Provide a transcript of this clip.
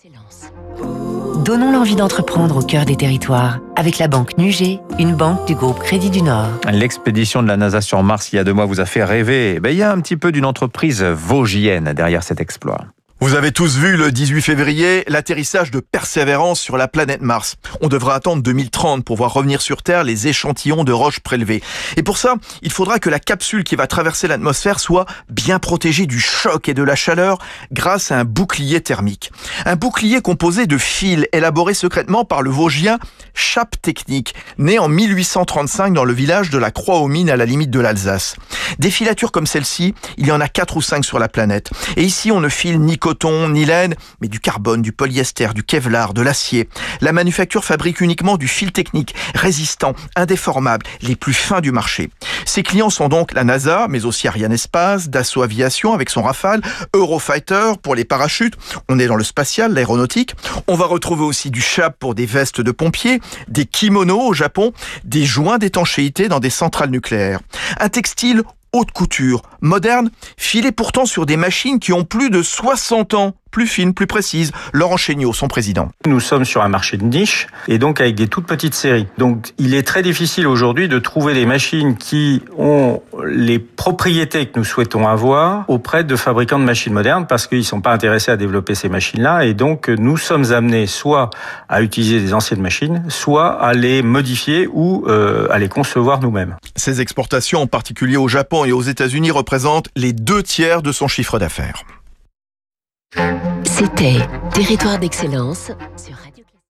Donnons l'envie d'entreprendre au cœur des territoires avec la banque Nugé, une banque du groupe Crédit du Nord. L'expédition de la NASA sur Mars il y a 2 mois vous a fait rêver. Il y a un petit peu d'une entreprise vosgienne derrière cet exploit. Vous avez tous vu le 18 février l'atterrissage de Persévérance sur la planète Mars. On devra attendre 2030 pour voir revenir sur Terre les échantillons de roches prélevés. Et pour ça, il faudra que la capsule qui va traverser l'atmosphère soit bien protégée du choc et de la chaleur grâce à un bouclier thermique. Un bouclier composé de fils élaborés secrètement par le Vosgien Chappe Technique, né en 1835 dans le village de la Croix-aux-Mines à la limite de l'Alsace. Des filatures comme celle-ci, il y en a 4 ou 5 sur la planète. Et ici, on ne file ni coton, ni laine, mais du carbone, du polyester, du kevlar, de l'acier. La manufacture fabrique uniquement du fil technique, résistant, indéformable, les plus fins du marché. Ses clients sont donc la NASA, mais aussi Arianespace, Dassault Aviation avec son Rafale, Eurofighter pour les parachutes. On est dans le spatial, l'aéronautique. On va retrouver aussi du Chappe pour des vestes de pompiers, des kimonos au Japon, des joints d'étanchéité dans des centrales nucléaires. Un textile haute couture, moderne, filé pourtant sur des machines qui ont plus de 60 ans. Plus fines, plus précises. Laurent Chéniaud, son président. Nous sommes sur un marché de niche et donc avec des toutes petites séries. Donc il est très difficile aujourd'hui de trouver des machines qui ont les propriétés que nous souhaitons avoir auprès de fabricants de machines modernes parce qu'ils ne sont pas intéressés à développer ces machines-là et donc nous sommes amenés soit à utiliser des anciennes machines, soit à les modifier ou à les concevoir nous-mêmes. Ces exportations, en particulier au Japon et aux États-Unis, représentent les 2/3 de son chiffre d'affaires. C'était Territoire d'excellence sur